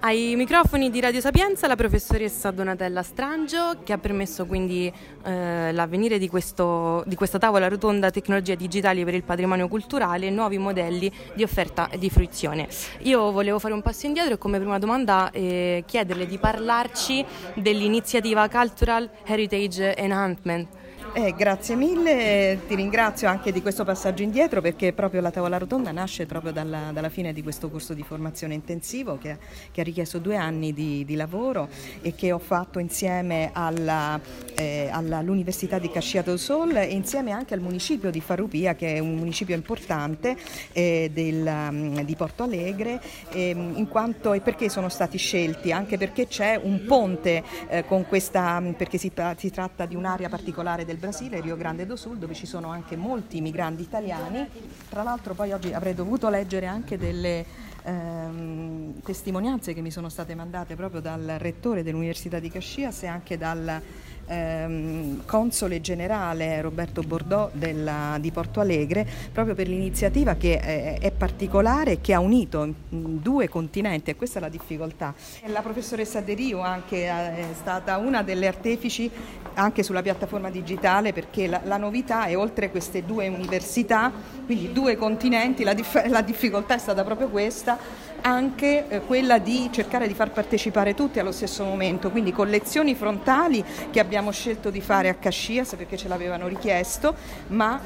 Ai microfoni di Radio Sapienza la professoressa Donatella Strangio, che ha permesso quindi l'avvenire di questa tavola rotonda tecnologie digitali per il patrimonio culturale e nuovi modelli di offerta e di fruizione. Io volevo fare un passo indietro e come prima domanda chiederle di parlarci dell'iniziativa Cultural Heritage Enhancement. Grazie mille, ti ringrazio anche di questo passaggio indietro, perché proprio la tavola rotonda nasce proprio dalla fine di questo corso di formazione intensivo che ha richiesto 2 anni di lavoro e che ho fatto insieme all'Università di Cascia del Sol e insieme anche al municipio di Farupia, che è un municipio importante di Porto Alegre, in quanto e perché sono stati scelti? Anche perché c'è un ponte con questa, perché si tratta di un'area particolare del Brasile, Rio Grande do Sul, dove ci sono anche molti migranti italiani. Tra l'altro poi oggi avrei dovuto leggere anche delle testimonianze che mi sono state mandate proprio dal rettore dell'Università di Caxias e anche dal console generale Roberto Bordò di Porto Alegre, proprio per l'iniziativa che è particolare e che ha unito 2 continenti, e questa è la difficoltà. La professoressa De Rio anche è stata una delle artefici anche sulla piattaforma digitale, perché la novità è, oltre queste 2 università, quindi 2 continenti, la difficoltà è stata proprio questa, anche quella di cercare di far partecipare tutti allo stesso momento, quindi con lezioni frontali che abbiamo scelto di fare a Caxias perché ce l'avevano richiesto, ma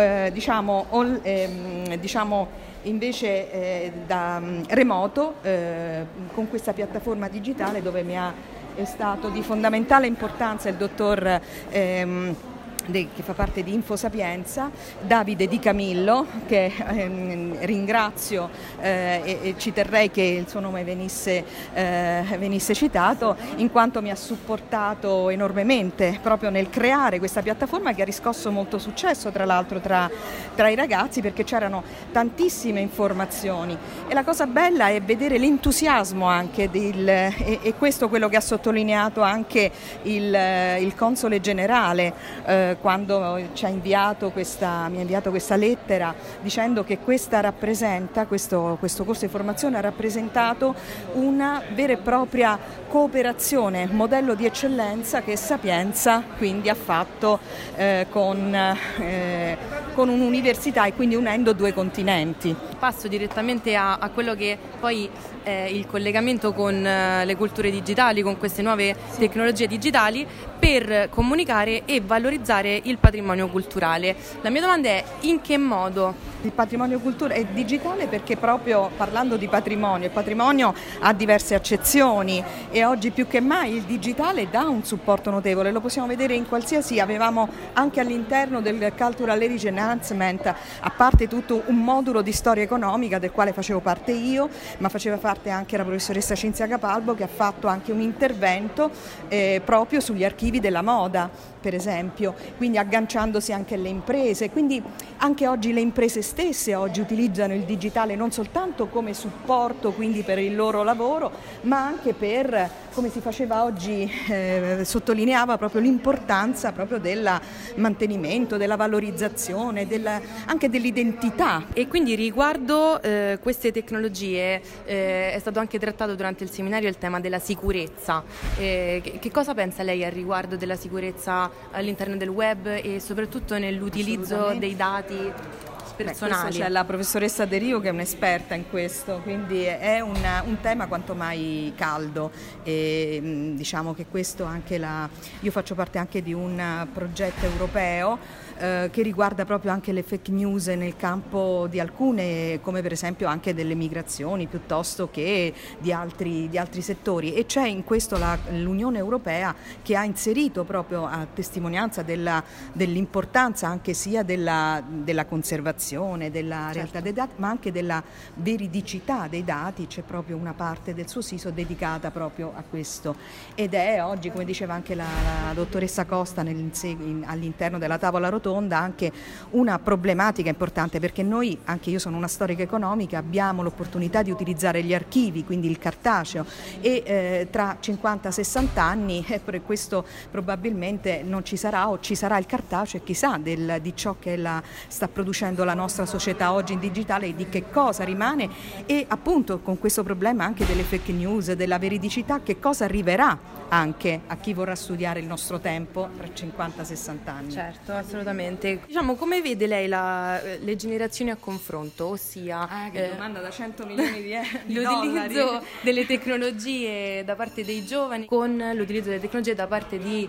invece da remoto con questa piattaforma digitale, dove è stato di fondamentale importanza il dottor che fa parte di Infosapienza, Davide Di Camillo, che ringrazio e ci terrei che il suo nome venisse citato, in quanto mi ha supportato enormemente proprio nel creare questa piattaforma, che ha riscosso molto successo tra l'altro tra i ragazzi, perché c'erano tantissime informazioni, e la cosa bella è vedere l'entusiasmo anche e questo quello che ha sottolineato anche il console generale quando mi ha inviato questa lettera, dicendo che questo corso di formazione ha rappresentato una vera e propria cooperazione, modello di eccellenza che Sapienza quindi ha fatto con un'università, e quindi unendo 2 continenti. Passo direttamente a quello che poi è il collegamento con le culture digitali, con queste nuove tecnologie digitali, per comunicare e valorizzare il patrimonio culturale. La mia domanda è: in che modo? Il patrimonio culturale è digitale perché, proprio parlando di patrimonio, il patrimonio ha diverse accezioni e oggi più che mai il digitale dà un supporto notevole. Lo possiamo vedere in qualsiasi, avevamo anche all'interno del Cultural Heritage Enhancement, a parte tutto un modulo di storia economica del quale facevo parte io, ma faceva parte anche la professoressa Cinzia Capalbo, che ha fatto anche un intervento proprio sugli archivi della moda, per esempio, quindi agganciandosi anche alle imprese. Quindi anche oggi le imprese stesse utilizzano il digitale non soltanto come supporto, quindi per il loro lavoro, ma anche per, come si faceva oggi, sottolineava proprio l'importanza proprio del mantenimento, della valorizzazione, anche dell'identità. E quindi riguardo queste tecnologie è stato anche trattato durante il seminario il tema della sicurezza. Che cosa pensa lei al riguardo della sicurezza all'interno del web e soprattutto nell'utilizzo dei dati personali? C'è la professoressa De Rio che è un'esperta in questo, quindi è un tema quanto mai caldo, e diciamo che questo io faccio parte anche di un progetto europeo che riguarda proprio anche le fake news nel campo di alcune, come per esempio anche delle migrazioni, piuttosto che di altri settori, e c'è in questo l'Unione Europea che ha inserito, proprio a testimonianza dell'importanza anche sia della conservazione, della realtà dei dati, ma anche della veridicità dei dati. C'è proprio una parte del suo sito dedicata proprio a questo, ed è oggi, come diceva anche la dottoressa Costa all'interno della tavola rotonda, anche una problematica importante, perché noi, anche io sono una storica economica, abbiamo l'opportunità di utilizzare gli archivi, quindi il cartaceo, e tra 50-60 anni per questo probabilmente non ci sarà, o ci sarà il cartaceo, e chissà di ciò che sta producendo la nostra società oggi in digitale, di che cosa rimane e appunto con questo problema anche delle fake news, della veridicità, che cosa arriverà anche a chi vorrà studiare il nostro tempo tra 50-60 anni. Certo, assolutamente. Diciamo, come vede lei le generazioni a confronto, ossia che domanda da 100 milioni di l'utilizzo dollari. delle tecnologie da parte dei giovani con l'utilizzo delle tecnologie da parte di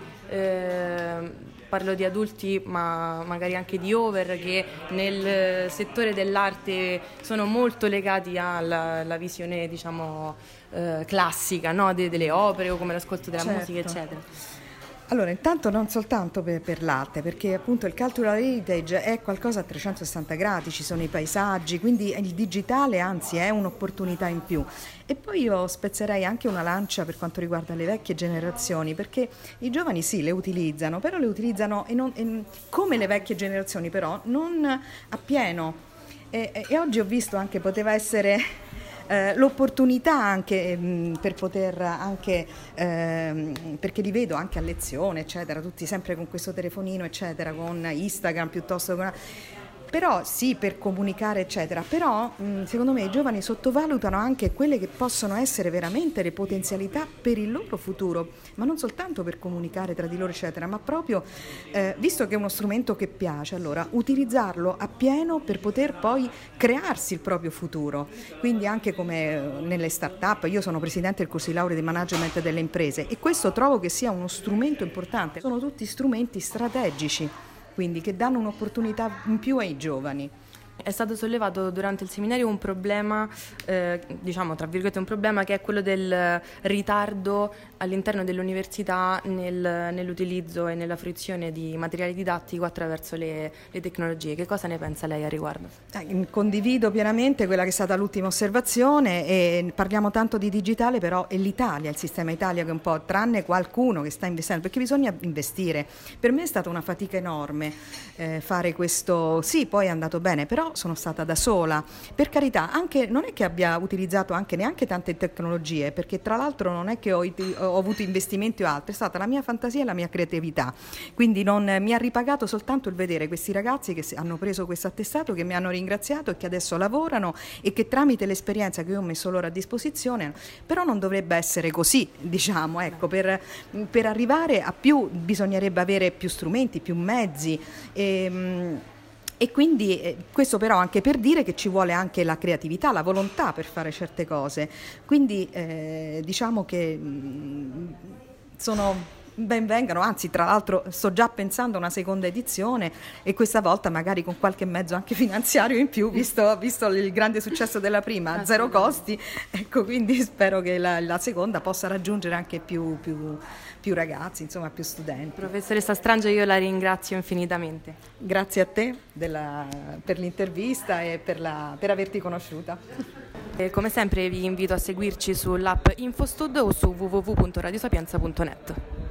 parlo di adulti ma magari anche di over, che nel settore dell'arte sono molto legati alla visione, diciamo, classica, no? delle opere o come l'ascolto della musica, eccetera. Allora, intanto non soltanto per l'arte, perché appunto il cultural heritage è qualcosa a 360 gradi, ci sono i paesaggi, quindi il digitale anzi è un'opportunità in più. E poi io spezzerei anche una lancia per quanto riguarda le vecchie generazioni, perché i giovani sì, le utilizzano, però le utilizzano come le vecchie generazioni, però non appieno. E oggi ho visto anche, poteva essere l'opportunità anche per poter anche perché li vedo anche a lezione eccetera, tutti sempre con questo telefonino eccetera, con Instagram piuttosto che però sì, per comunicare eccetera, però secondo me i giovani sottovalutano anche quelle che possono essere veramente le potenzialità per il loro futuro, ma non soltanto per comunicare tra di loro eccetera, ma proprio visto che è uno strumento che piace, allora utilizzarlo appieno per poter poi crearsi il proprio futuro. Quindi anche come nelle start-up, io sono presidente del corso di laurea di management delle imprese e questo trovo che sia uno strumento importante, sono tutti strumenti strategici, quindi che danno un'opportunità in più ai giovani. È stato sollevato durante il seminario un problema, diciamo tra virgolette un problema, che è quello del ritardo all'interno dell'università nell'utilizzo e nella fruizione di materiale didattico attraverso le tecnologie. Che cosa ne pensa lei a riguardo? Condivido pienamente quella che è stata l'ultima osservazione e parliamo tanto di digitale, però è l'Italia, il sistema Italia che un po', tranne qualcuno che sta investendo, perché bisogna investire. Per me è stata una fatica enorme fare questo, sì poi è andato bene, però sono stata da sola, per carità, anche non è che abbia utilizzato anche neanche tante tecnologie, perché tra l'altro non è che ho avuto investimenti o altro, è stata la mia fantasia e la mia creatività, quindi non mi ha ripagato soltanto il vedere questi ragazzi che hanno preso questo attestato, che mi hanno ringraziato e che adesso lavorano e che tramite l'esperienza che io ho messo loro a disposizione, però non dovrebbe essere così, diciamo, ecco, per arrivare a più bisognerebbe avere più strumenti, più mezzi e quindi questo però anche per dire che ci vuole anche la creatività, la volontà per fare certe cose. Quindi diciamo che sono ben vengano, anzi tra l'altro sto già pensando a una seconda edizione e questa volta magari con qualche mezzo anche finanziario in più, visto il grande successo della prima, a zero costi, ecco, quindi spero che la seconda possa raggiungere anche più ragazzi, insomma più studenti. Professoressa Strangio, io la ringrazio infinitamente. Grazie a te per l'intervista e per averti conosciuta. E come sempre vi invito a seguirci sull'app InfoStud o su www.radiosapienza.net.